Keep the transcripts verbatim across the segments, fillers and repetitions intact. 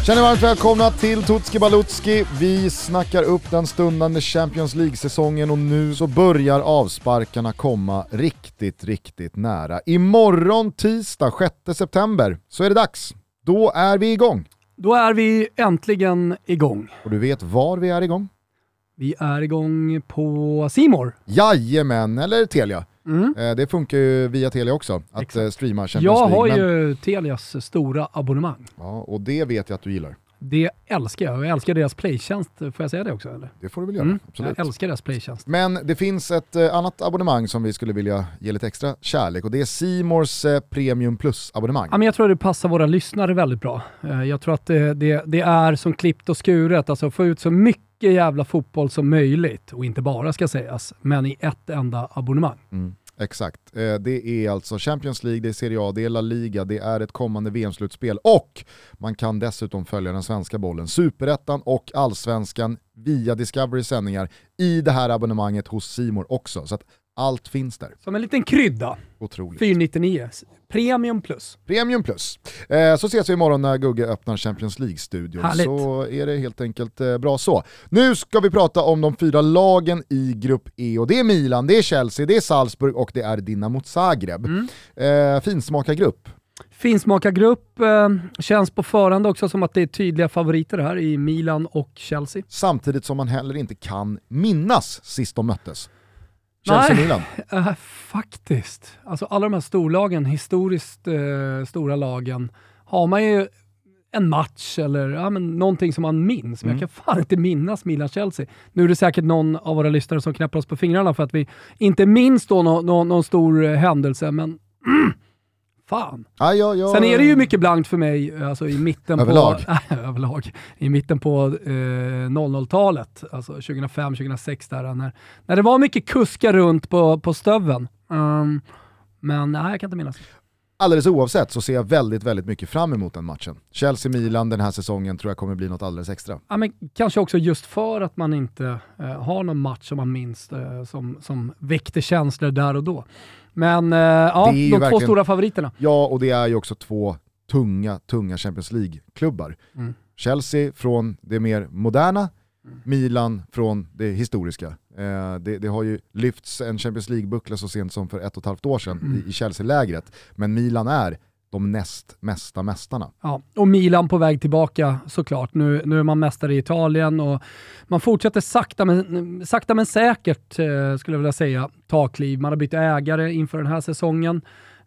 Känner varmt välkomna till Tutski Balutski. Vi snackar upp den stundande Champions League-säsongen och nu så börjar avsparkarna komma riktigt, riktigt nära. Imorgon tisdag sjätte september så är det dags. Då är vi igång. Då är vi äntligen igång. Och du vet var vi är igång? Vi är igång på C More. Jajamän, eller Telia. Mm. Det funkar ju via Telia också, att Exakt. streama Champions jag League. Jag har men... ju Telias stora abonnemang. Ja, och det vet jag att du gillar. Det älskar jag. Jag älskar deras playtjänst. Får jag säga det också? Eller? Det får du väl göra, mm. absolut. Jag älskar deras playtjänst. Men det finns ett eh, annat abonnemang som vi skulle vilja ge lite extra kärlek och det är C Mores eh, Premium Plus-abonnemang. Ja, men jag tror att det passar våra lyssnare väldigt bra. Eh, jag tror att det, det, det är som klippt och skuret. Alltså få ut så mycket jävla fotboll som möjligt. Och inte bara ska sägas, men i ett enda abonnemang. Mm. Exakt. Det är alltså Champions League, det är Serie A, det är La Liga, det är ett kommande V M-slutspel och man kan dessutom följa den svenska bollen, Superettan och Allsvenskan via Discovery-sändningar i det här abonnemanget hos C More också. Så att allt finns där. Som en liten krydda. Otroligt. fyrahundranittionio. Premium Plus. Premium Plus. Eh, så ses vi imorgon när Gugge öppnar Champions League-studion. Härligt. Så är det helt enkelt eh, bra så. Nu ska vi prata om de fyra lagen i grupp E och det är Milan, det är Chelsea, det är Salzburg och det är Dinamo Zagreb. Mm. Eh, finsmakargrupp. Finsmakargrupp eh, känns på förhand också som att det är tydliga favoriter här i Milan och Chelsea. Samtidigt som man heller inte kan minnas sist de möttes. Chelsea-Milan. Nej, äh, faktiskt. Alltså alla de här storlagen, historiskt eh, stora lagen, har man ju en match eller ja, men någonting som man minns. Men mm. jag kan fan inte minnas Milan-Chelsea. Nu är det säkert någon av våra lyssnare som knäpper oss på fingrarna för att vi inte minns då no- no- någon stor eh, händelse, men mm, fan. Ja, ja, ja. Sen är det ju mycket blankt för mig alltså i mitten överlag. på äh, överlag i mitten på eh, noll noll-talet, alltså tjugohundrafem tjugohundrasex där när, när det var mycket kuska runt på på stöven. Um, men nej, jag kan inte minnas. Alldeles oavsett så ser jag väldigt väldigt mycket fram emot den matchen. Chelsea-Milan den här säsongen tror jag kommer bli något alldeles extra. Ja, men kanske också just för att man inte eh, har någon match som man minns eh, som som väckte känslor där och då. Men eh, ja, de två verkligen stora favoriterna. Ja, och det är ju också två tunga, tunga Champions League-klubbar. Mm. Chelsea från det mer moderna, mm. Milan från det historiska. Eh, det, det har ju lyfts en Champions League-buckla så sent som för ett och ett halvt år sedan mm. i, i Chelsea-lägret. Men Milan är de näst mesta mästarna. Ja, och Milan på väg tillbaka såklart. Nu, nu är man mästare i Italien och man fortsätter sakta men, sakta men säkert eh, skulle jag vilja säga ta kliv. Man har bytt ägare inför den här säsongen.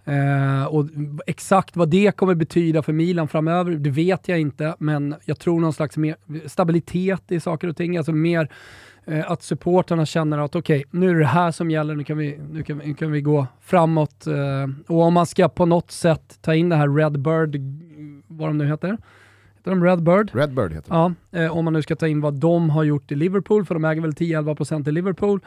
Eh, och exakt vad det kommer betyda för Milan framöver, det vet jag inte. Men jag tror någon slags mer stabilitet i saker och ting. Alltså mer eh, att supporterna känner att okej, okay, nu är det här som gäller. Nu kan vi, nu kan, nu kan vi gå framåt. Eh, och om man ska på något sätt ta in det här Redbird, vad de nu heter. Heter de Redbird? Redbird heter det. Ja, eh, om man nu ska ta in vad de har gjort i Liverpool, för de äger väl tio till elva procent i Liverpool.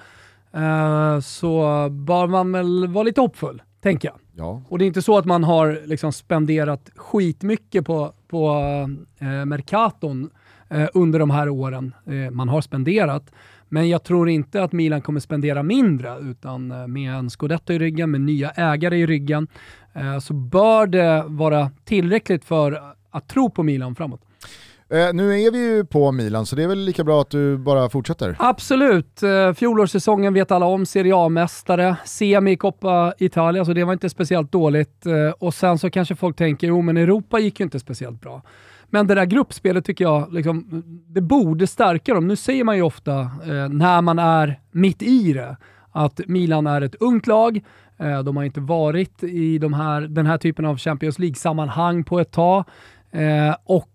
Eh, så bör man väl vara lite hoppfull, tänker jag. Ja. Och det är inte så att man har liksom spenderat skitmycket på, på eh, Mercaton eh, under de här åren. Eh, man har spenderat. Men jag tror inte att Milan kommer spendera mindre, utan eh, med en Scudetto i ryggen, med nya ägare i ryggen, eh, så bör det vara tillräckligt för att tro på Milan framåt. Eh, nu är vi ju på Milan så det är väl lika bra att du bara fortsätter. Absolut. Eh, fjolårssäsongen vet alla om, Serie A-mästare, semi i Coppa Italia, så det var inte speciellt dåligt. Eh, och sen så kanske folk tänker, jo men Europa gick ju inte speciellt bra. Men det där gruppspelet tycker jag, liksom, det borde stärka dem. Nu säger man ju ofta eh, när man är mitt i det, att Milan är ett ungt lag. Eh, de har inte varit i de här, den här typen av Champions League-sammanhang på ett tag. Eh, och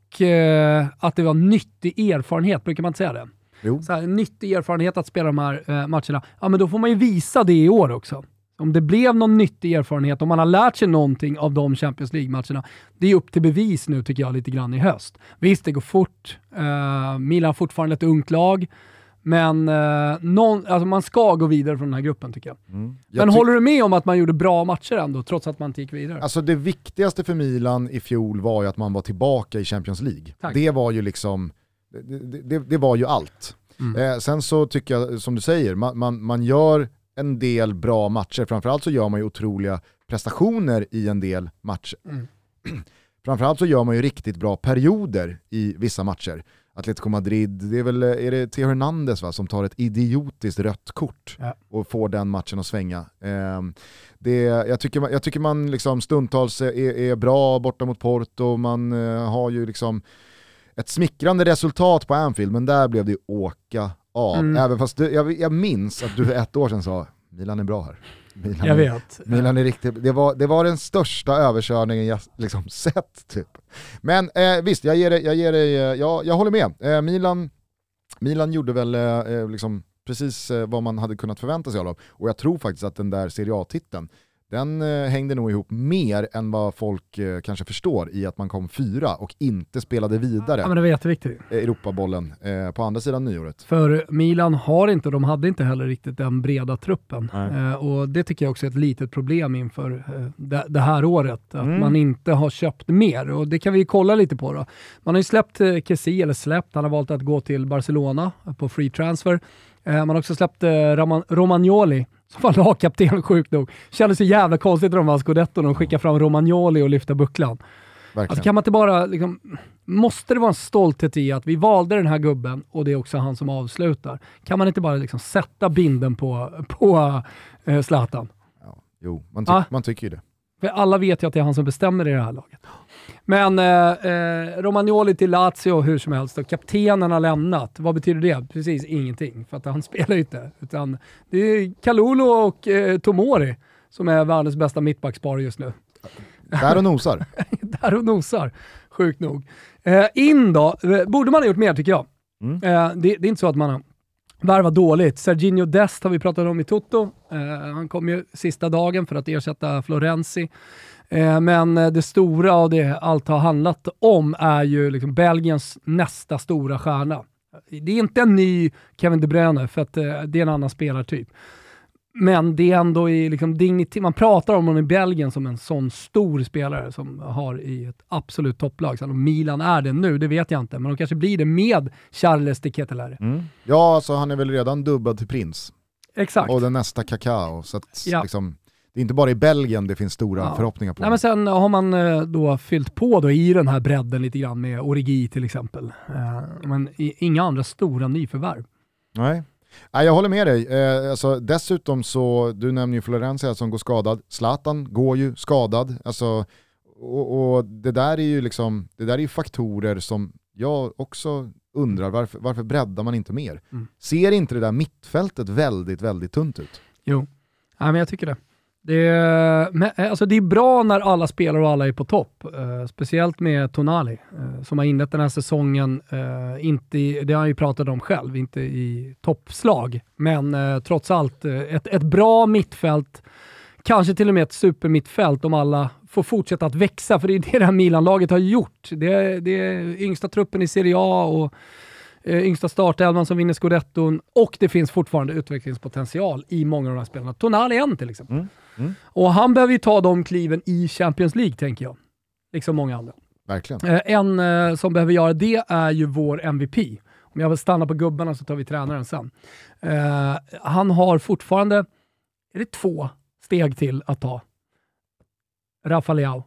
att det var nyttig erfarenhet, brukar man inte säga det? Jo. Så här, nyttig erfarenhet att spela de här eh, matcherna. Ja, men då får man ju visa det i år också. Om det blev någon nyttig erfarenhet, om man har lärt sig någonting av de Champions League-matcherna, det är upp till bevis nu tycker jag lite grann i höst. Visst, det går fort. Uh, Milan fortfarande ett ungt lag. Men uh, någon, alltså man ska gå vidare från den här gruppen tycker jag. Mm. jag men ty- håller du med om att man gjorde bra matcher ändå, trots att man inte gick vidare? Alltså det viktigaste för Milan i fjol var ju att man var tillbaka i Champions League. Tack. Det var ju liksom, det, det, det var ju allt. Mm. Eh, sen så tycker jag, som du säger, man, man, man gör en del bra matcher. Framförallt så gör man ju otroliga prestationer i en del matcher. Mm. framförallt så gör man ju riktigt bra perioder i vissa matcher. Atletico Madrid, det är väl är det Theo Hernandez va, som tar ett idiotiskt rött kort ja. och får den matchen att svänga. Eh, det, jag, tycker man, jag tycker man liksom stundtals är, är bra borta mot Porto, man eh, har ju liksom ett smickrande resultat på Anfield, men där blev det ju åka av. Mm. Även fast du, jag, jag minns att du för ett år sedan sa Milan är bra här. Milan jag är, vet. Milan är riktigt, det, var, det var den största överkörningen jag liksom sett typ. Men eh, visst, jag ger dig, jag, ger dig, jag, jag håller med. Eh, Milan, Milan gjorde väl eh, liksom precis eh, vad man hade kunnat förvänta sig av dem. Och jag tror faktiskt att den där Serie A-titeln, den eh, hängde nog ihop mer än vad folk eh, kanske förstår i att man kom fyra och inte spelade vidare. Ja, men det var jätteviktigt. Europabollen eh, på andra sidan nyåret. För Milan har inte, de hade inte heller riktigt den breda truppen. Eh, och det tycker jag också är ett litet problem inför eh, det, det här året. Att mm. man inte har köpt mer. Och det kan vi kolla lite på då. Man har ju släppt eh, Kessie, eller släppt, han har valt att gå till Barcelona på free transfer. Eh, man har också släppt eh, Roman- Romagnoli som var lagkapten, sjukt nog. Kändes så jävla konstigt när de var Scudetto och de skickade fram Romagnoli och lyfta bucklan. Alltså kan man inte bara, liksom, måste det vara en stolthet i att vi valde den här gubben och det är också han som avslutar. Kan man inte bara liksom sätta binden på, på äh, Zlatan? Ja, jo, man, ty- ah. man tycker ju det. För alla vet ju att det är han som bestämmer i det här laget. Men eh, eh, Romagnoli till Lazio hur som helst. Och kaptenen har lämnat. Vad betyder det? Precis ingenting. För att han spelar ju inte. Utan det är Kalulu och eh, Tomori som är världens bästa mittbackspar just nu. Där och nosar. Där och nosar. Sjukt nog. Eh, in då. Borde man ha gjort mer tycker jag. Mm. Eh, det, det är inte så att man har värvat dåligt. Serginho Dest har vi pratat om i Toto. Eh, han kom ju sista dagen för att ersätta Florenzi. Eh, men det stora och det allt har handlat om är ju liksom Belgiens nästa stora stjärna. Det är inte en ny Kevin De Bruyne för att eh, det är en annan spelartyp. Men det är ändå i liksom dignitet. Man pratar om honom i Belgien som en sån stor spelare som har i ett absolut topplag. Så om Milan är det nu, det vet jag inte. Men de kanske blir det med Charles de Ketelaere. Mm. Ja, alltså han är väl redan dubbad till prins. Exakt. Och den nästa kakao. Så att ja. liksom, det är inte bara i Belgien det finns stora ja. förhoppningar på. Nej, men sen har man då fyllt på då i den här bredden lite grann med Origi till exempel. Men inga andra stora nyförvärv. Nej. Nej, jag håller med dig. Eh, alltså, dessutom så, du nämner ju Florenzi som går skadad. Zlatan går ju skadad. Alltså, och, och det där är ju liksom, det där är ju faktorer som jag också undrar, varför, varför breddar man inte mer? Mm. Ser inte det där mittfältet väldigt, väldigt tunt ut? Jo, ja, men jag tycker det. Det är, men, alltså det är bra när alla spelar och alla är på topp. Uh, speciellt med Tonali uh, som har inlett den här säsongen. Uh, inte i, det har han ju pratat om själv, inte i toppslag. Men uh, trots allt uh, ett, ett bra mittfält. Kanske till och med ett supermittfält om alla får fortsätta att växa. För det är det det här Milan-laget har gjort. Det är, det är yngsta truppen i Serie A och Uh, yngsta startelvan som vinner Scudetton och det finns fortfarande utvecklingspotential i många av de här spelarna. Tonali en till exempel. Mm. Mm. Och han behöver ju ta de kliven i Champions League tänker jag. Liksom många andra. Verkligen. Uh, en uh, som behöver göra det är ju vår M V P. Om jag vill stanna på gubbarna så tar vi tränaren sen. Uh, han har fortfarande, är det två steg till att ta? Rafa Leao.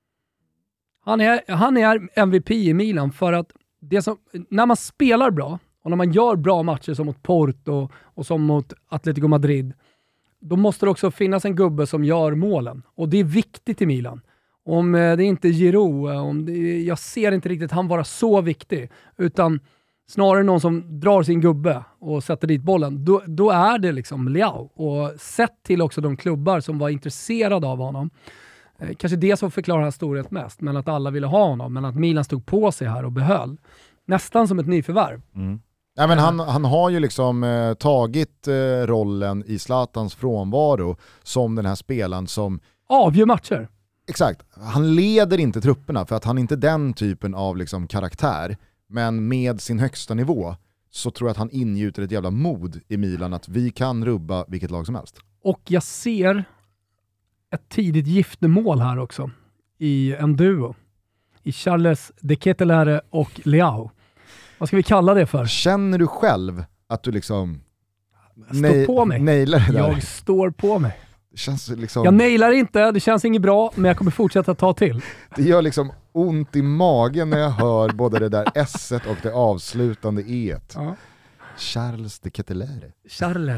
Han är, han är M V P i Milan för att det som, när man spelar bra och när man gör bra matcher som mot Porto och som mot Atletico Madrid, då måste det också finnas en gubbe som gör målen. Och det är viktigt i Milan. Om det är inte Giroud, om det, jag ser inte riktigt han vara så viktig, utan snarare någon som drar sin gubbe och sätter dit bollen, då, då är det liksom Leao. Och sett till också de klubbar som var intresserade av honom, Eh, kanske det som förklarar hans storhet mest, men att alla ville ha honom, men att Milan stod på sig här och behöll. Nästan som ett nyförvärv. Mm. Ja, men han, han har ju liksom eh, tagit eh, rollen i Zlatans frånvaro som den här spelaren som avgör matcher. Exakt. Han leder inte trupperna för att han inte är den typen av liksom karaktär, men med sin högsta nivå så tror jag att han ingjuter ett jävla mod i Milan att vi kan rubba vilket lag som helst. Och jag ser ett tidigt giftermål här också i en duo. I Charles de Ketelaere och Leao. Vad ska vi kalla det för? Känner du själv att du liksom står på mig? Nailar det där? Jag står på mig. Det känns liksom... Jag nailar inte, det känns inget bra, men jag kommer fortsätta ta till. Det gör liksom ont i magen när jag hör både det där S-et och det avslutande E-et. Ja. Charles de Ketelaere. Charles.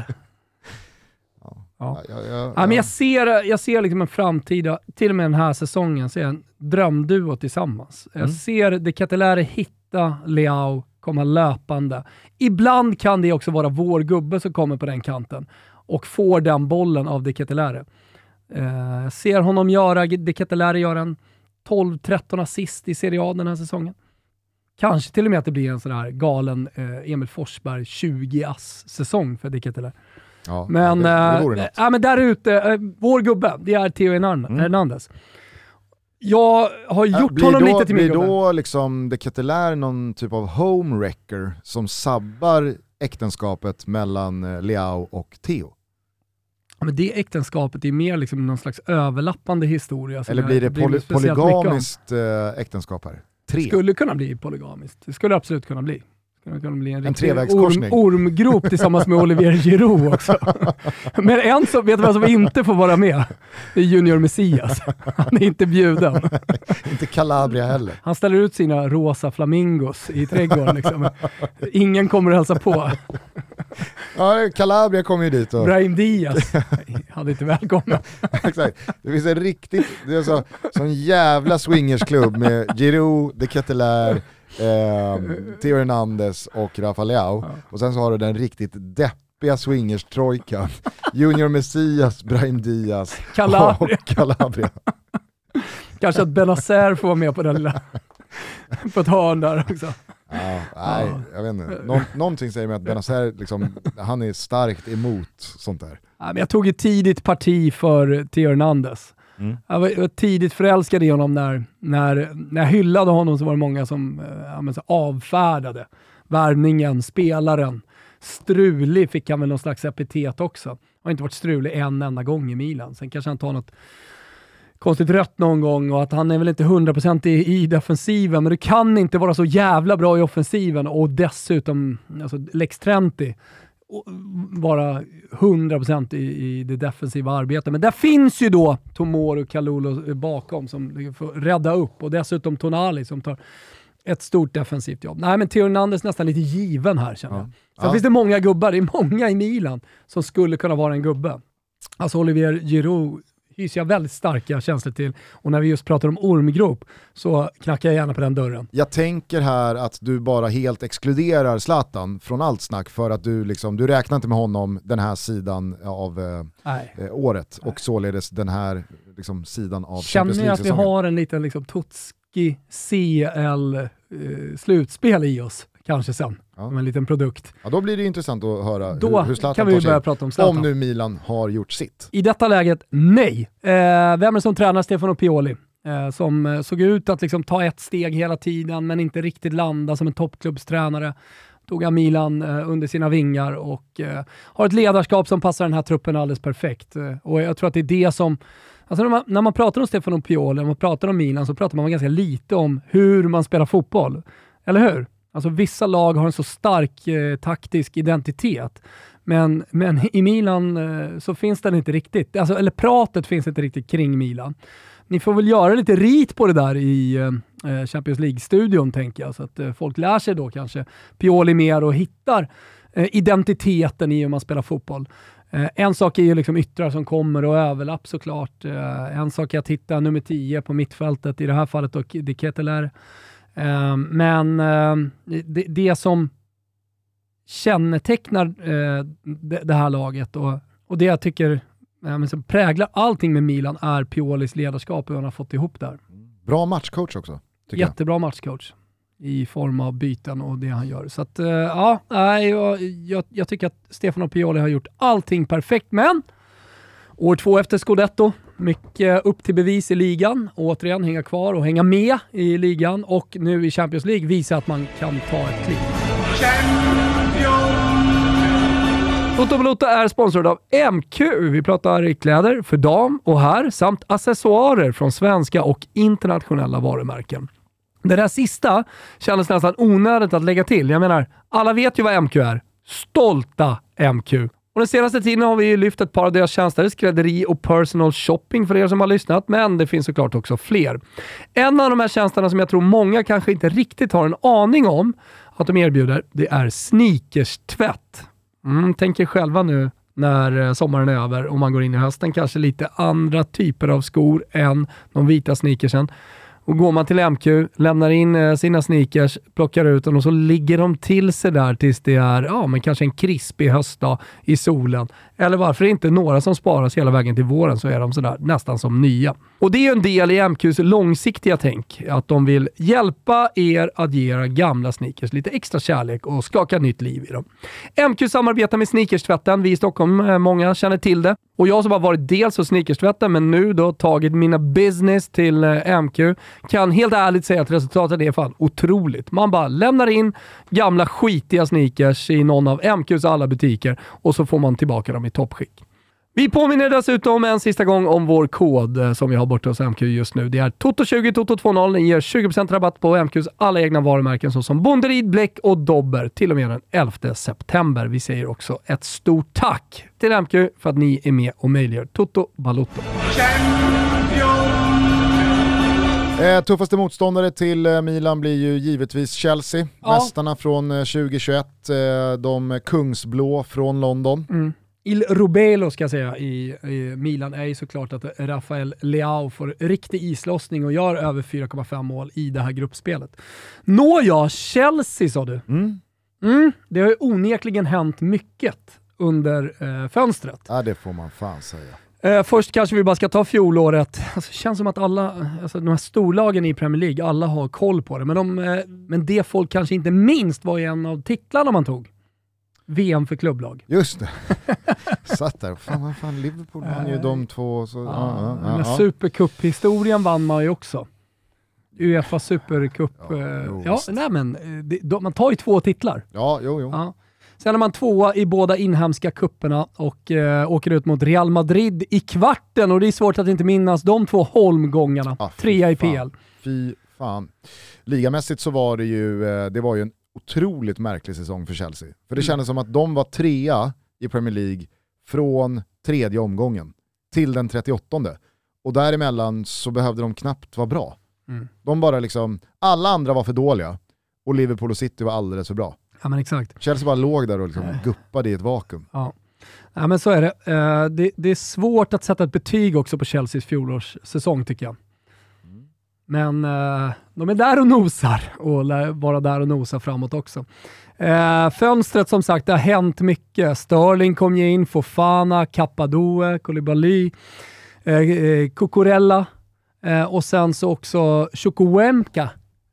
Ja. Ja. Ja, ja, ja. Ja, men jag ser, jag ser liksom en framtida, till och med den här säsongen, ser jag en drömduo tillsammans. Jag Mm. ser de Ketelaere hitta Leao, komma löpande. Ibland kan det också vara vår gubbe som kommer på den kanten och får den bollen av de Ketelaere. Eh, ser honom göra, de Ketelaere göra en tolv tretton assist i Serie A den här säsongen. Kanske till och med att det blir en sån här galen eh, Emil Forsberg tjugo-ass-säsong för de Ketelaere. Ja, Men, det, det äh, vore något. äh, men där ute, äh, vår gubbe, det är Theo Hernandez. Mm. Jag har gjort blir honom då, lite till min blir gubbe. då liksom de Ketelaere någon typ av homewrecker som sabbar äktenskapet mellan eh, Leao och Theo? Ja, men det äktenskapet är mer liksom någon slags överlappande historia. Eller blir det poly- polygamiskt äh, äktenskap här? Tre. Skulle kunna bli polygamiskt. Det skulle absolut kunna bli. Det kan bli en, en trevägskorsning. Orm, ormgrop tillsammans med Olivier Giroud också. Men en som vet vad som inte får vara med, det är Junior Messias. Han är inte bjuden. Inte Calabria heller. Han ställer ut sina rosa flamingos i trädgården. Liksom. Ingen kommer att hälsa på. Ja, Calabria kommer ju dit. Och... Brahim Diaz hade inte välkommen. Exakt. Det finns en riktigt, det är så, sån jävla swingersklubb med Giroud, de Ketelaere, Eh, Theo Hernandez och Rafael Leao. Ja. Och sen så har du den riktigt deppiga swingers-trojkan. Junior Messias, Brahim Diaz Calabria. och Calabria. Kanske att Benazer får vara med på den lilla på ett hörn där också. Ja, nej, jag vet inte. Nå- någonting säger mig att Benazer liksom, han är starkt emot sånt där. Ja, men jag tog ett tidigt parti för Theo Hernandez. Mm. Jag, var, jag var tidigt förälskad i honom när, när, när jag hyllade honom, så var det många som äh, så avfärdade värvningen, spelaren. Strulig fick han väl någon slags epitet också. Han har inte varit strulig en enda gång i Milan. Sen kanske han tar något konstigt rött någon gång och att han är väl inte hundra procent i, i defensiven, men du kan inte vara så jävla bra i offensiven och dessutom alltså Lex trettio vara hundra procent i, i det defensiva arbetet. Men där finns ju då Tomori och Kalulu bakom som får rädda upp, och dessutom Tonali som tar ett stort defensivt jobb. Nej, men Theo Hernandez är nästan lite given här, känner jag. Ja. Sen Ja. finns det många gubbar, det är många i Milan som skulle kunna vara en gubbe. Alltså Olivier Giroud hyser jag väldigt starka känslor till, och när vi just pratar om ormgrop så knackar jag gärna på den dörren. Jag tänker här att du bara helt exkluderar Zlatan från allt snack för att du, liksom, du räknar inte med honom den här sidan av eh, året. Nej. Och således den här liksom, sidan av Champions League-säsongen. Känner jag att vi har en liten liksom, Totski C L-slutspel eh, i oss kanske sen. Ja. En liten produkt. Ja, då blir det intressant att höra då hur, hur Zlatan kan vi tar sig börja prata om Zlatan. Om nu Milan har gjort sitt. I detta läget, nej. Eh, vem är det som tränar Stefano Pioli? Eh, som eh, såg ut att liksom, ta ett steg hela tiden men inte riktigt landa som en toppklubbstränare. Tog han Milan eh, under sina vingar och eh, har ett ledarskap som passar den här truppen alldeles perfekt. Eh, och jag tror att det är det som... Alltså när man, när man pratar om Stefano Pioli, när man pratar om Milan, så pratar man ganska lite om hur man spelar fotboll. Eller hur? Alltså vissa lag har en så stark eh, taktisk identitet. Men, men i Milan eh, så finns den inte riktigt. Alltså, eller pratet finns inte riktigt kring Milan. Ni får väl göra lite rit på det där i eh, Champions League-studion, tänker jag. Så att eh, folk lär sig då kanske Pioli mer och hittar eh, identiteten i hur man spelar fotboll. Eh, en sak är ju liksom yttrar som kommer och överlapp såklart. Eh, en sak är att hitta nummer tio på mittfältet, i det här fallet då de Ketelaere. Uh, men uh, det, det som kännetecknar uh, det, det här laget och, och det jag tycker uh, som präglar allting med Milan är Piolis ledarskap och hur han har fått ihop där. Bra matchcoach också. Jättebra jag. matchcoach i form av byten och det han gör. Så att, uh, ja, jag, jag, jag tycker att Stefano Pioli har gjort allting perfekt, men år två efter Scudetto, mycket upp till bevis i ligan. Återigen hänga kvar och hänga med i ligan. Och nu i Champions League visa att man kan ta ett kliv. Toto Balotto är sponsrad av M Q. Vi pratar kläder för dam och herr samt accessoarer från svenska och internationella varumärken. Det där sista kändes nästan onödigt att lägga till. Jag menar, alla vet ju vad M Q är. Stolta M Q. Och den senaste tiden har vi ju lyft ett par av deras tjänster, skrädderi och personal shopping för er som har lyssnat, men det finns såklart också fler. En av de här tjänsterna som jag tror många kanske inte riktigt har en aning om att de erbjuder, det är sneakers-tvätt. Mm, tänk er själva nu när sommaren är över och man går in i hösten, kanske lite andra typer av skor än de vita sneakersen. Och går man till M Q, lämnar in sina sneakers, plockar ut dem och så ligger de till sig där tills det är ja, men kanske en krispig höstdag i solen. Eller varför inte några som sparas hela vägen till våren, så är de sådär nästan som nya. Och det är ju en del i M Qs långsiktiga tänk, att de vill hjälpa er att ge era gamla sneakers lite extra kärlek och skaka nytt liv i dem. M Q samarbetar med Sneakers-tvätten, vi i Stockholm, många känner till det. Och jag som har varit dels hos Sneakers-tvätten men nu då tagit mina business till M Q kan helt ärligt säga att resultatet är fan otroligt. Man bara lämnar in gamla skitiga sneakers i någon av M Qs alla butiker och så får man tillbaka dem i toppskick. Vi påminner dessutom en sista gång om vår kod som vi har borta hos M Q just nu. Det är Toto tjugo Toto tjugo. Ni ger tjugo procent rabatt på M Qs alla egna varumärken såsom Bonderid, Bläck och Dobber till och med den elfte september. Vi säger också ett stort tack till M Q för att ni är med och möjliggör Toto Balotto. Eh, tuffaste motståndare till eh, Milan blir ju givetvis Chelsea. Ja. Mästarna från eh, tjugo tjugoett, eh, de kungsblå från London. Mm. Il Rubelo ska jag säga i, i Milan är ju såklart att Rafael Leao får riktig islossning och gör över fyra komma fem mål i det här gruppspelet. Nåja, Chelsea sa du. Mm. Mm, det har ju onekligen hänt mycket under eh, fönstret. Ja, det får man fan säga. Eh, först kanske vi bara ska ta fjolåret. Alltså, det känns som att alla, alltså, de här storlagen i Premier League, alla har koll på det. Men, de, eh, men det folk kanske inte minst var ju en av titlarna man tog. V M för klubblag. Just det. Satt där. Fan, vad fan, Liverpool vann ju de två. Så, ja, ja, ja, den ja. Supercup-historien vann man ju också. UEFA Supercup. Ja, eh, jo, ja nej men, det, de, man tar ju två titlar. Ja, jo, jo. Ja. Sen är man tvåa i båda inhemska kupperna och eh, åker ut mot Real Madrid i kvarten. Och det är svårt att inte minnas de två holmgångarna. Ah, Trea i P L. Fy fan. Ligamässigt så var det ju, det var ju en otroligt märklig säsong för Chelsea. För det kändes som att de var trea i Premier League från tredje omgången till den trettioåttonde. Och däremellan så behövde de knappt vara bra. Mm. De bara liksom, alla andra var för dåliga och Liverpool och City var alldeles för bra. Ja, men exakt. Chelsea bara låg där och liksom guppade i ett vakuum. Ja. Ja, men så är det. Uh, det. Det är svårt att sätta ett betyg också på Chelseas fjolårssäsong tycker jag. Mm. Men uh, de är där och nosar och lär vara där och nosa framåt också. Uh, fönstret som sagt, det har hänt mycket. Sterling kom ju in, Fofana, Kappadoe, Koulibaly, uh, uh, Cucurella uh, och sen så också Chukwuemeka.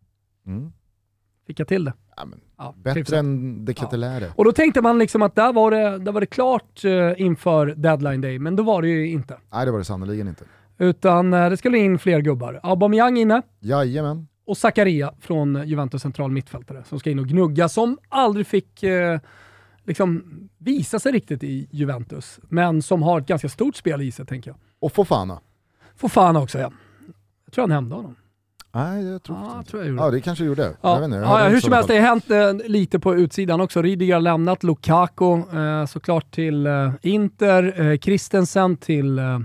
Mm. Fick jag till det. Ja, men ja, bättre än det Ketelare. Ja. Och då tänkte man liksom att där var det, där var det klart uh, inför deadline day, men då var det ju inte. Nej, det var det sannoliken inte. Utan uh, det skulle in fler gubbar. Aubameyang inne. Jajamän. Och Zakaria från Juventus central mittfältare som ska in och gnugga, som aldrig fick uh, liksom visa sig riktigt i Juventus, men som har ett ganska stort spel i sig, tänker jag. Och Fofana. Fofana också, ja. Jag tror han hämnde honom. Nej, jag tror ja, inte. tror jag gjorde. Ja, det kanske gjorde. Ja, jag vet inte, jag ja, hur som helst, det har hänt eh, lite på utsidan också. Rydiger har lämnat, Lukaku eh, såklart till eh, Inter, eh, Christensen till eh,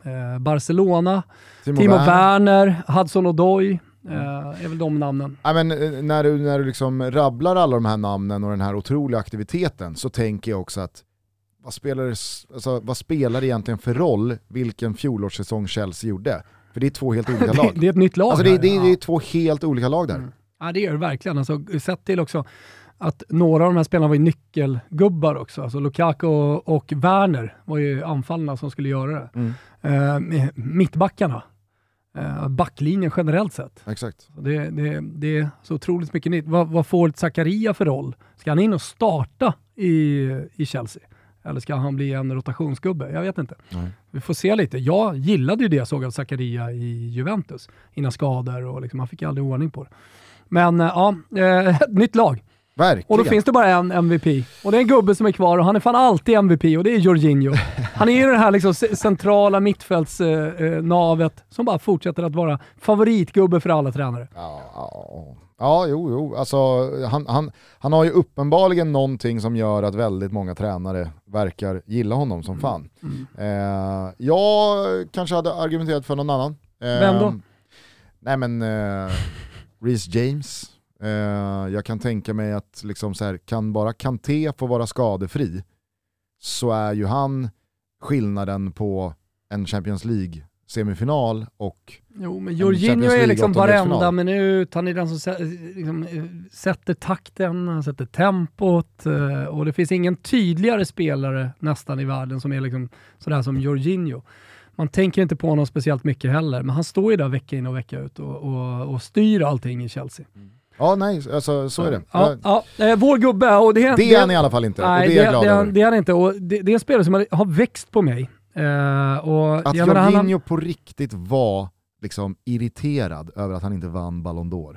Barcelona, Timo, Timo Werner. Werner, Hudson-Odoi. Eh, är väl de namnen. Ja, men, när du, när du liksom rabblar alla de här namnen och den här otroliga aktiviteten så tänker jag också att vad spelar, alltså, vad spelar det egentligen för roll vilken fjolårssäsong Chelsea gjorde? För det är två helt olika lag. det, det är ett nytt lag. Alltså det, det, det är två helt olika lag där. Mm. Ja, det är det verkligen. Alltså, sett till också att några av de här spelarna var ju nyckelgubbar också. Alltså Lukaku och, och Werner var ju anfallarna som skulle göra det. Mm. Uh, mittbackarna. Uh, backlinjen generellt sett. Exakt. Det, det, det är så otroligt mycket nytt. Vad, vad får Zakaria för roll? Ska han in och starta i, i Chelsea? Eller ska han bli en rotationsgubbe? Jag vet inte. Nej. Vi får se lite. Jag gillade ju det jag såg av Zakaria i Juventus innan skador och liksom, han fick aldrig ordning på det. Men ja, äh, ett nytt lag. Verkligen. Och då finns det bara en M V P. Och det är en gubbe som är kvar och han är fan alltid M V P och det är Jorginho. Han är ju det här liksom centrala mittfältsnavet äh, som bara fortsätter att vara favoritgubbe för alla tränare. Ja, ja. Ja, jo, jo. Alltså, han, han, han har ju uppenbarligen någonting som gör att väldigt många tränare verkar gilla honom som fan. Mm. Eh, jag kanske hade argumenterat för någon annan. Eh, Vem då? Nej men, eh, Reece James. Eh, jag kan tänka mig att liksom så här, kan bara Kanté få vara skadefri så är ju han skillnaden på en Champions League semifinal och jo, men Jorginho är liksom varenda minut, han är den som liksom, sätter takten, han sätter tempot och det finns ingen tydligare spelare nästan i världen som är liksom sådär som Jorginho. Man tänker inte på honom speciellt mycket heller, men han står ju där vecka in och vecka ut och, och, och styr allting i Chelsea. Mm. Ja, nej, alltså, så är det. Ja, ja, eh, vår gubbe. Och det, det är han i alla fall inte. Nej, och det, det, är jag glad det, över. det är han inte. Och det, det är en spelare som har växt på mig. Eh, och att jag Jorginho han... på riktigt var liksom irriterad över att han inte vann Ballon d'Or.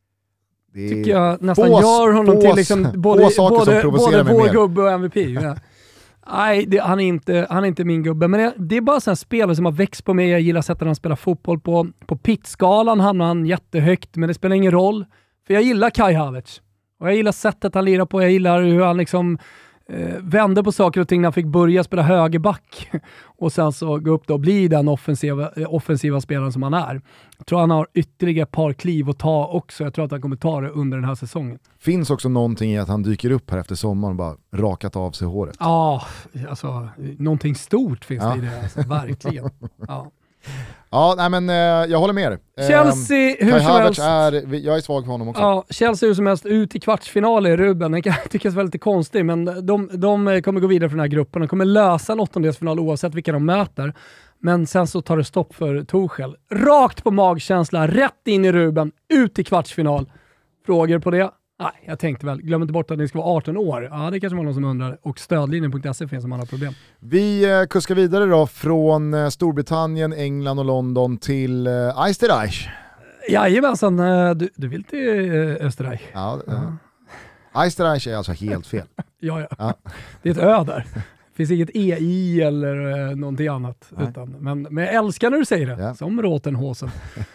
Det tycker jag nästan få, gör honom få, till liksom både, både, både vår mer. gubbe och M V P. Ja. Nej, det, han, är inte, han är inte min gubbe. Men det, det är bara en spelare som har växt på mig. Jag gillar sättet han spelar fotboll på. På pittskalan hamnar han jättehögt, men det spelar ingen roll. För jag gillar Kai Havertz. Och jag gillar sättet han lirar på. Jag gillar hur han liksom eh, vände på saker och ting när han fick börja spela högerback. Och sen så gå upp då och bli den offensiva, offensiva spelaren som han är. Jag tror han har ytterligare ett par kliv att ta också. Jag tror att han kommer ta det under den här säsongen. Finns också någonting i att han dyker upp här efter sommaren och bara rakat av sig håret. Ja, alltså någonting stort finns ja. det i det. Alltså, verkligen. Ja. Ja, nej men eh, jag håller med. Chelsea, eh, hur Kai som Havertz helst. Är, jag är svag för honom också. Ja, Chelsea hur som helst ut i kvartsfinal i Ruben. Den kan tyckas vara lite konstig, men de, de kommer gå vidare för den här gruppen. De kommer lösa en åttondelsfinal oavsett vilka de möter. Men sen så tar det stopp för Tuchel. Rakt på magkänsla, rätt in i Ruben, ut i kvartsfinal. Frågor på det? Nej, jag tänkte väl, glöm inte bort att ni ska vara arton år. Ja, det kanske var någon som undrar. Och stödlinjen punkt se finns om man har problem. Vi eh, kuskar vidare då från eh, Storbritannien, England och London till eh, Österreich. Jajamensan, eh, du, du vill till eh, Österreich. Ja, uh-huh. Österreich är alltså helt fel. ja, ja, ja. Det är ett ö där. Det finns inget E I eller eh, någonting annat. Utan, men, men jag älskar när du säger det, ja. Som Rotenhosen.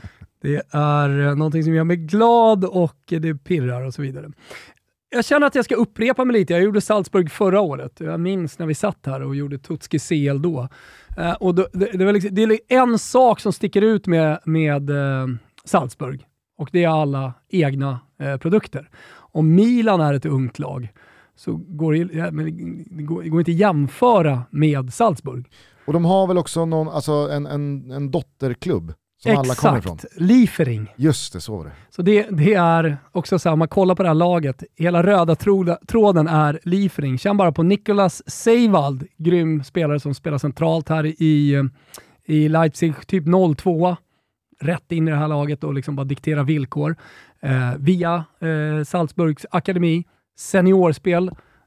Det är någonting som gör mig glad och det pirrar och så vidare. Jag känner att jag ska upprepa mig lite. Jag gjorde Salzburg förra året. Jag minns när vi satt här och gjorde Tutski C L då. Uh, och då, det, det, var liksom, det är en sak som sticker ut med, med uh, Salzburg. Och det är alla egna uh, produkter. Om Milan är ett ungt lag så går det, ja, men det, går, det går inte att jämföra med Salzburg. Och de har väl också någon, alltså en, en, en dotterklubb. Som exakt, alla kommer ifrån. Liefering. Just det, så var det. Så det, det är också så här, man kollar på det här laget, hela röda tråda, tråden är Liefering. Känn bara på Nicolas Seiwald, grym spelare som spelar centralt här i, i Leipzig, typ noll två. Rätt in i det här laget och liksom bara diktera villkor. Eh, via eh, Salzburgs akademi, seniorspel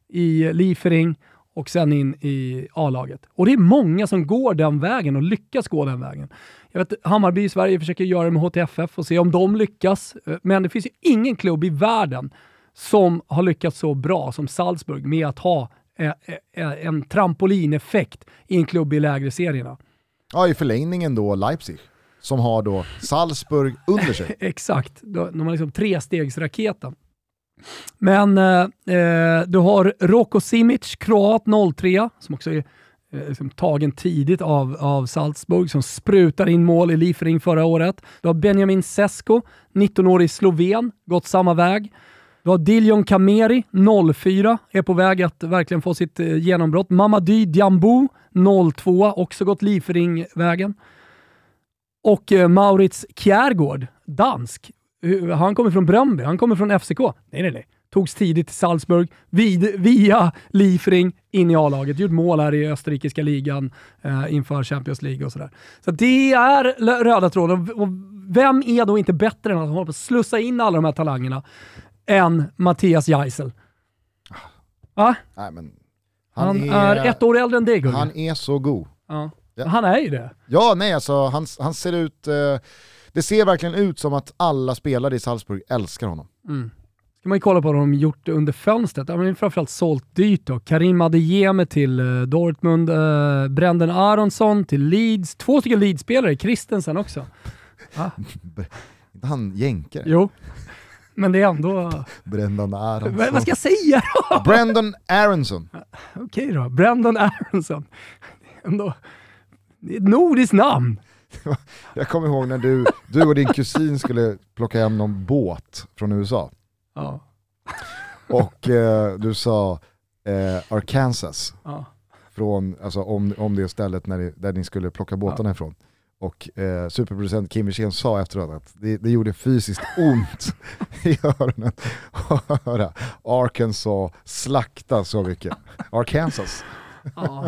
i Liefering och sen in i A-laget. Och det är många som går den vägen och lyckas gå den vägen. Jag vet, Hammarby i Sverige försöker göra det med H T F F och se om de lyckas. Men det finns ju ingen klubb i världen som har lyckats så bra som Salzburg med att ha eh, eh, en trampolineffekt i en klubb i lägre serierna. Ja, i förlängningen då Leipzig som har då Salzburg under sig. Exakt, de har liksom trestegsraketen. Men eh, du har Roko Simic, kroat noll tre, som också är eh, liksom tagen tidigt av, av Salzburg, som sprutar in mål i Liefering förra året. Du har Benjamin Sesko, nitton-årig sloven, gått samma väg. Du har Dillion Kameri, noll fyra, är på väg att verkligen få sitt eh, genombrott. Mamadou Diambo, noll två, också gått Liefering-vägen. Och eh, Maurits Kjærgaard, dansk. Han kommer från Bröndby, han kommer från F C K. Nej, nej, nej. Togs tidigt till Salzburg, vid, via Liefering, in i A-laget. Gjort mål här i österrikiska ligan eh, inför Champions League och sådär. Så det är röda tråden. Och vem är då inte bättre än att hålla på att slussa in alla de här talangerna än Mattias Geisel? Va? Nej, men han, han är, är ett år äldre än dig, Gugge. Han är så god. Ja. Ja. Han är ju det. Ja, nej, alltså han, han ser ut... Eh, det ser verkligen ut som att alla spelare i Salzburg älskar honom. Mm. Ska man ju kolla på vad de gjort under fönstret. De har framförallt sålt dyrt då. Karim Adeyemi till uh, Dortmund, uh, Brendan Aronsson till Leeds. Två stycken Leeds-spelare, Christensen också. Ah. Inte han jänker? Jo. Men det är ändå... Brendan Aronson. Vad ska jag säga då? Brandon Aronson. Okej då, Brandon Aronson. Ändå... Det är ett nordiskt namn. Jag kommer ihåg när du, du och din kusin skulle plocka hem någon båt från U S A. Ja. Och eh, du sa eh, Arkansas. Ja. Från, alltså, om, om det stället när det, där ni skulle plocka båtarna ja. ifrån. Och eh, superproducent Kim Wirsén sa efteråt att det, det gjorde fysiskt ont i öronen att höra Arkansas slakta så mycket. Arkansas. Ja.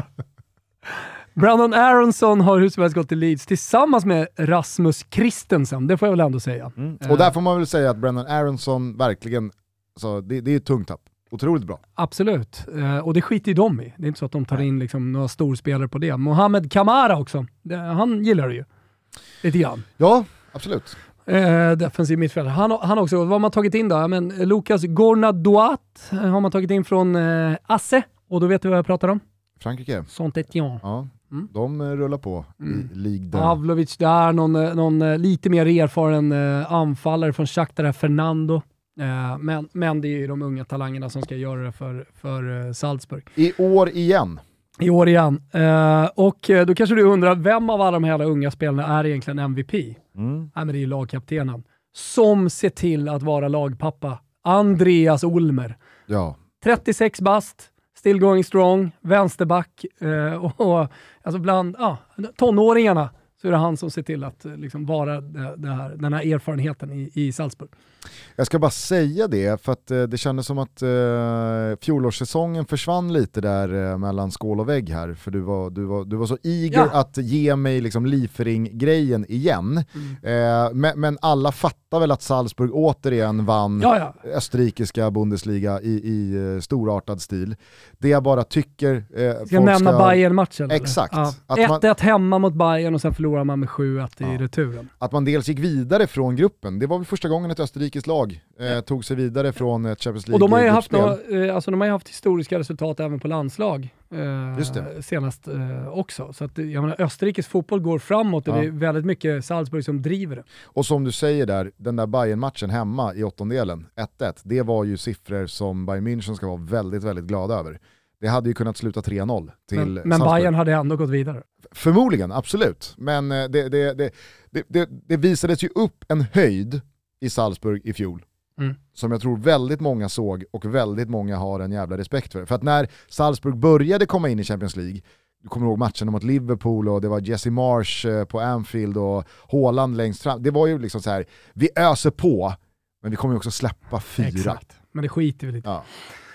Brandon Aronson har hur som helst gått till Leeds tillsammans med Rasmus Christensen, det får jag väl ändå säga. Mm. Och där får man väl säga att Brandon Aronson verkligen, alltså, det, det är ett tungt tapp. Otroligt bra. Absolut. Eh, och det skiter ju de i. Det är inte så att de tar in liksom några storspelare på det. Mohamed Kamara också. Det, han gillar det ju. Lite grann. Ja, absolut. Eh, defensiv mittfältare. Han, han också, vad har man tagit in då? Ja, men Lucas Gornadoat har man tagit in från eh, Asse. Och då vet du vad jag pratar om? Frankrike. Saint-Étienne. Ja, mm. de rullar på mm. i Ligue. Pavlovic där, någon, någon lite mer erfaren eh, anfallare från Shakhtar, Fernando. Uh, men, men det är ju de unga talangerna som ska göra det för, för uh, Salzburg. I år igen. I år igen. Uh, och uh, då kanske du undrar, vem av alla de här unga spelarna är egentligen M V P? Mm. Nej, men det är ju lagkaptenen. Som ser till att vara lagpappa. Andreas Olmer. Ja. trettiosex bast, still going strong, vänsterback. Uh, och, och, alltså bland uh, tonåringarna så är det han som ser till att liksom vara det, det här, den här erfarenheten i, i Salzburg. Jag ska bara säga det för att eh, det kändes som att eh, fjolårssäsongen försvann lite där eh, mellan skål och vägg här, för du var, du var, du var så eager ja. att ge mig liksom Liefering-grejen igen. Mm. Eh, men, men alla fattar väl att Salzburg återigen vann ja, ja. österrikiska Bundesliga i, i storartad stil. Det jag bara tycker... Eh, ska jag nämna ska... Bayern-matchen? Exakt. Ja. ett ett man... hemma mot Bayern och sen förlorar man med sju ett ja. i returen. Att man dels gick vidare från gruppen. Det var väl första gången ett österrikiskt lag eh, tog sig vidare från ett Champions League. Och de har ju haft, några, eh, alltså de har ju haft historiska resultat även på landslag eh, Just det. senast eh, också. Så att, jag menar, Österrikes fotboll går framåt och ja. det är väldigt mycket Salzburg som driver det. Och som du säger där, den där Bayern-matchen hemma i åttondelen, ett ett, det var ju siffror som Bayern München ska vara väldigt, väldigt glada över. Det hade ju kunnat sluta tre noll till Men, men Bayern hade ändå gått vidare. Förmodligen, absolut. Men det, det, det, det, det, det visades ju upp en höjd i Salzburg i fjol. Mm. Som jag tror väldigt många såg och väldigt många har en jävla respekt för. För att när Salzburg började komma in i Champions League, du kommer ihåg matchen mot Liverpool och det var Jesse Marsch på Anfield och Haaland längst fram. Det var ju liksom så här, vi öser på, men vi kommer ju också släppa fyra. Exakt, men det skiter vi lite. Ja.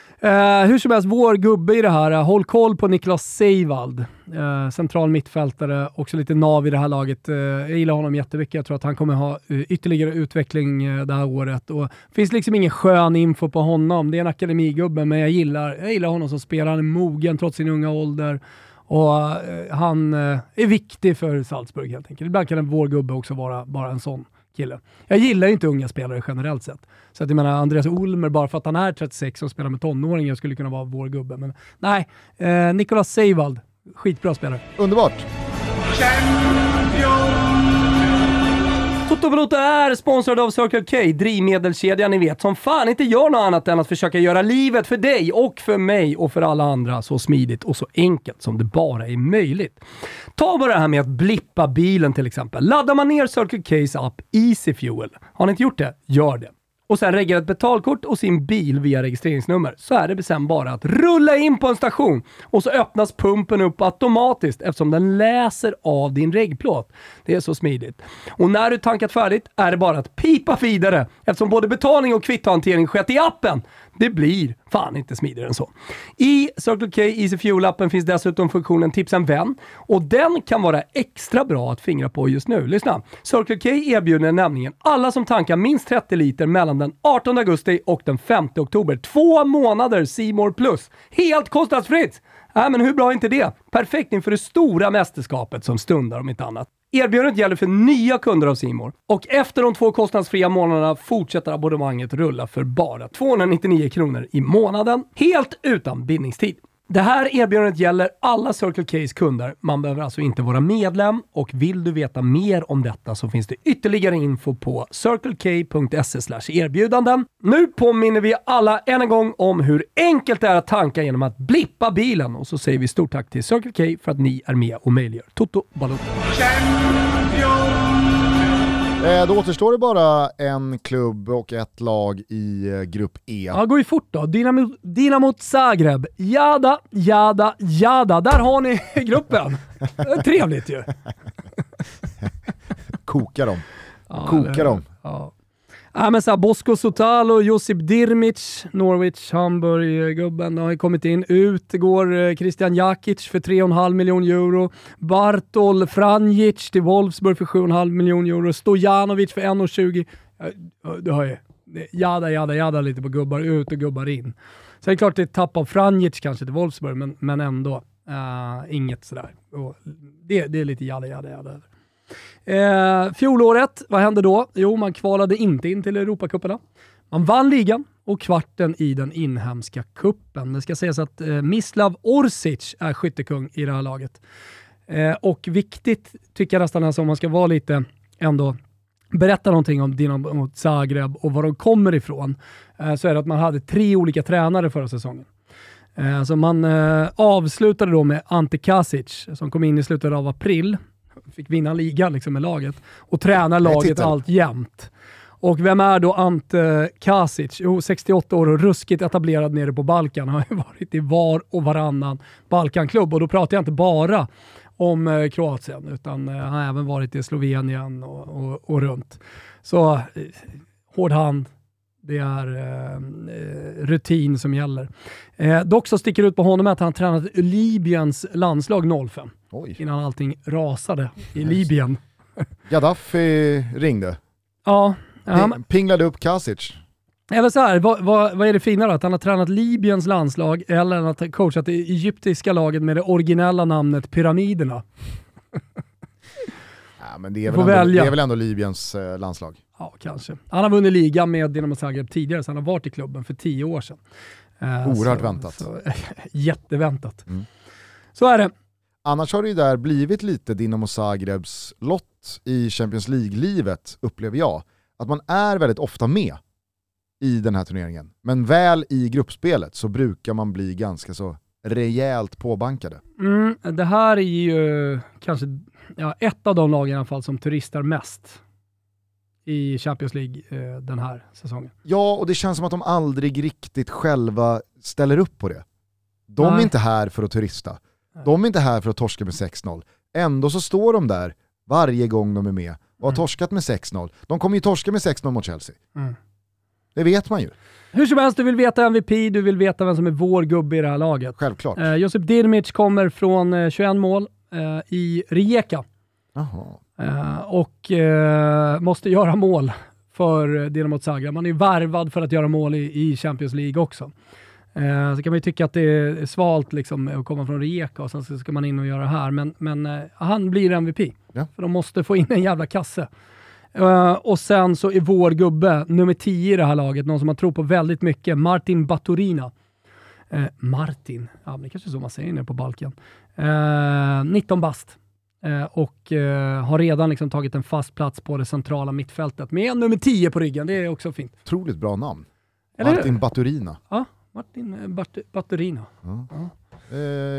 Uh, hur som helst, vår gubbe i det här, uh, håll koll på Niklas Seivald, uh, central mittfältare, också lite nav i det här laget. Uh, jag gillar honom jättemycket, jag tror att han kommer ha uh, ytterligare utveckling uh, det här året. Och det finns liksom ingen skön info på honom, det är en akademigubbe, men jag gillar, jag gillar honom som spelar, han är mogen trots sin unga ålder. Och uh, han uh, är viktig för Salzburg helt enkelt. Ibland kan en vår gubbe också vara bara en sån kille. Jag gillar ju inte unga spelare generellt sett. Så att jag menar, Andreas Olmer, bara för att han är trettiosex och spelar med tonåringar, skulle kunna vara vår gubbe. Men nej, eh, Niklas Seivald, skitbra spelare. Underbart! Toto Balotto är sponsrad av Circle K, drivmedelskedjan ni vet, som fan inte gör något annat än att försöka göra livet för dig och för mig och för alla andra så smidigt och så enkelt som det bara är möjligt. Ta bara det här med att blippa bilen till exempel. Laddar man ner Circle K's app Easy Fuel. Har ni inte gjort det? Gör det. Och sen reggar ett betalkort och sin bil via registreringsnummer, så är det sen bara att rulla in på en station och så öppnas pumpen upp automatiskt eftersom den läser av din regplåt. Det är så smidigt. Och när du tankat färdigt är det bara att pipa vidare eftersom både betalning och kvitthantering skett i appen. Det blir fan inte smidigare än så. I Circle K Easy Fuel-appen finns dessutom funktionen Tips en vän och den kan vara extra bra att fingra på just nu. Lyssna. Circle K erbjuder nämligen alla som tankar minst trettio liter mellan den artonde augusti och den femte oktober. Två månader C More Plus. Helt kostnadsfritt! Äh, men hur bra är inte det? Perfekt inför det stora mästerskapet som stundar om inte annat. Erbjudandet gäller för nya kunder av C More. Och efter de två kostnadsfria månaderna fortsätter abonnemanget rulla för bara tvåhundranittionio kronor i månaden. Helt utan bindningstid. Det här erbjudandet gäller alla Circle K's kunder. Man behöver alltså inte vara medlem, och vill du veta mer om detta så finns det ytterligare info på circle k punkt se slash erbjudanden. Nu påminner vi alla än en gång om hur enkelt det är att tanka genom att blippa bilen, och så säger vi stort tack till Circle K för att ni är med och möjliggör Toto Balotto. Eh, då återstår det bara en klubb och ett lag i eh, grupp E. Ja, går ju fort då. Dynamo, Dynamo Zagreb. Jada, jada, jada. Där har ni gruppen. Trevligt ju. Koka dem. Ja, Koka dem. Ja. Ja, men så här, Bosko Sotalo, Josip Dirmic, Norwich, Hamburg-gubben har ju kommit in. Ut det går eh, Christian Jakic för tre komma fem miljoner euro. Bartol Franjic till Wolfsburg för sju komma fem miljoner euro. Stojanovic för en komma tjugo. Ja, du har ju jada, jada, jada lite på gubbar ut och gubbar in. Så det är klart det är tapp av Franjic kanske till Wolfsburg, men, men ändå uh, inget sådär. Och det, det är lite jada, jada, jada. Eh, fjolåret, vad hände då? Jo, man kvalade inte in till Europacuperna. Man vann ligan och kvarten i den inhemska kuppen. Det ska sägas att eh, Mislav Orsic är skyttekung i det här laget. Eh, och viktigt tycker jag nästan, alltså, om man ska vara lite ändå berätta någonting om Dynamo Zagreb och var de kommer ifrån, eh, så är det att man hade tre olika tränare förra säsongen. Eh, alltså man eh, avslutade då med Ante Kasic som kom in i slutet av april. Fick vinna ligan liksom med laget och träna laget allt jämt. Och vem är då Ante Kasic? Jo, sextioåtta år och ruskigt etablerad nere på Balkan. Han har varit i var och varannan Balkanklubb, och då pratar jag inte bara om eh, Kroatien, utan eh, han har även varit i Slovenien och, och, och runt. Så eh, hård hand. Det är eh, rutin som gäller. Eh, dock så sticker ut på honom att han tränat Libyens landslag noll fem. Oj. Innan allting rasade i Libyen. Gaddafi ringde. Ja. Han pinglade upp Kasic. Eller så här, vad, vad, vad är det finare? Att han har tränat Libyens landslag eller att han har coachat det egyptiska laget med det originella namnet Pyramiderna? Ja, men det är, väl ändå, det är väl ändå Libyens eh, landslag. Ja, kanske. Han har vunnit ligan med Dynamo Zagreb tidigare, så han har varit i klubben för tio år sedan. Eh, Oerhört så, väntat. Så, jätteväntat. Mm. Så är det. Annars har det ju där blivit lite Dynamo Zagrebs lott i Champions League-livet, upplever jag. Att man är väldigt ofta med i den här turneringen. Men väl i gruppspelet så brukar man bli ganska så rejält påbankade. Mm, det här är ju kanske ja, ett av de lagen i alla fall som turistar mest i Champions League eh, den här säsongen. Ja, och det känns som att de aldrig riktigt själva ställer upp på det. De Nej. är inte här för att turista. De är inte här för att torska med sex noll. Ändå så står de där varje gång de är med och har mm. torskat med sex noll. De kommer ju torska med sex noll mot Chelsea. Mm. Det vet man ju. Hur som helst, du vill veta M V P, du vill veta vem som är vår gubbe i det här laget. Självklart. Eh, Josip Dirmic kommer från eh, tjugoett mål eh, i Rijeka. Eh, och eh, måste göra mål för Dynamo Zagreb. Man är värvad för att göra mål i, i Champions League också. Eh, så kan man ju tycka att det är svalt liksom, att komma från Rijeka och sen så ska man in och göra det här. Men, men eh, han blir M V P. Ja. För de måste få in en jävla kasse. Uh, och sen så är vår gubbe, nummer tio i det här laget, någon som man tror på väldigt mycket, Martin Baturina. Uh, Martin, ja men det kanske är så man säger nu på Balkan. Uh, nitton bast. Uh, och uh, har redan liksom tagit en fast plats på det centrala mittfältet med nummer tio på ryggen, det är också fint. Otroligt bra namn. Eller Martin Baturina. Ja, Martin uh, Bat- Baturina. Ja. Ja. Uh,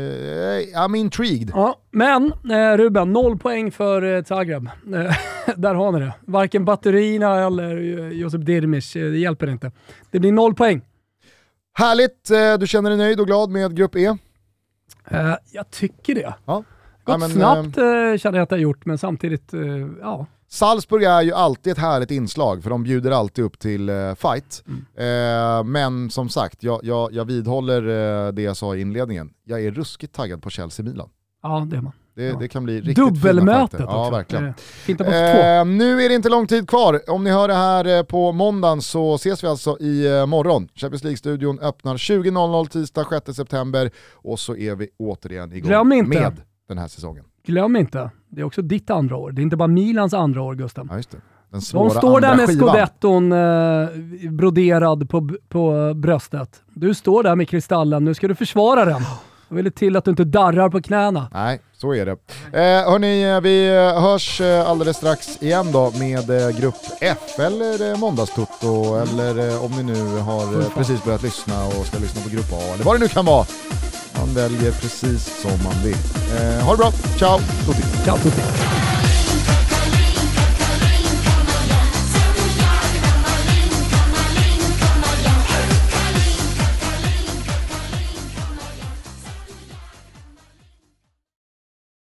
I'm intrigued. Ja, men eh, Ruben, noll poäng för eh, Zagreb. Eh, där har ni det. Varken Baturina eller eh, Josip Dirmic, eh, det hjälper inte. Det blir noll poäng. Härligt, eh, du känner dig nöjd och glad med grupp E? Eh, jag tycker det. Ja. Gått ja, men, snabbt eh, känner jag att jag har gjort, men samtidigt, eh, ja. Salzburg är ju alltid ett härligt inslag för de bjuder alltid upp till eh, fight. Mm. Eh, men som sagt, jag, jag, jag vidhåller eh, det jag sa i inledningen. Jag är ruskigt taggad på Chelsea-Milan. Ja, det är man. Det, ja. det kan bli riktigt dubbelmötet fina ja, verkligen. Eh, nu är det inte lång tid kvar. Om ni hör det här på måndagen så ses vi alltså i eh, morgon. Champions League-studion öppnar tjugo noll noll tisdag sjätte september och så är vi återigen igång med den här säsongen. Glöm inte, det är också ditt andra år. Det är inte bara Milans andra år, Gusten. Ja, just det. Den De står där med Scudetton eh, broderad på, på bröstet. Du står där med kristallen, nu ska du försvara den. Då vill det till att du inte darrar på knäna. Nej, så är det. Eh, hörni, vi hörs alldeles strax igen då med eh, grupp F eller eh, måndagstutto eller eh, om ni nu har eh, precis börjat lyssna och ska lyssna på grupp A eller vad det nu kan vara. Man väljer precis som man vill. Eh, ha det bra, ciao, tutti. Ciao tutti.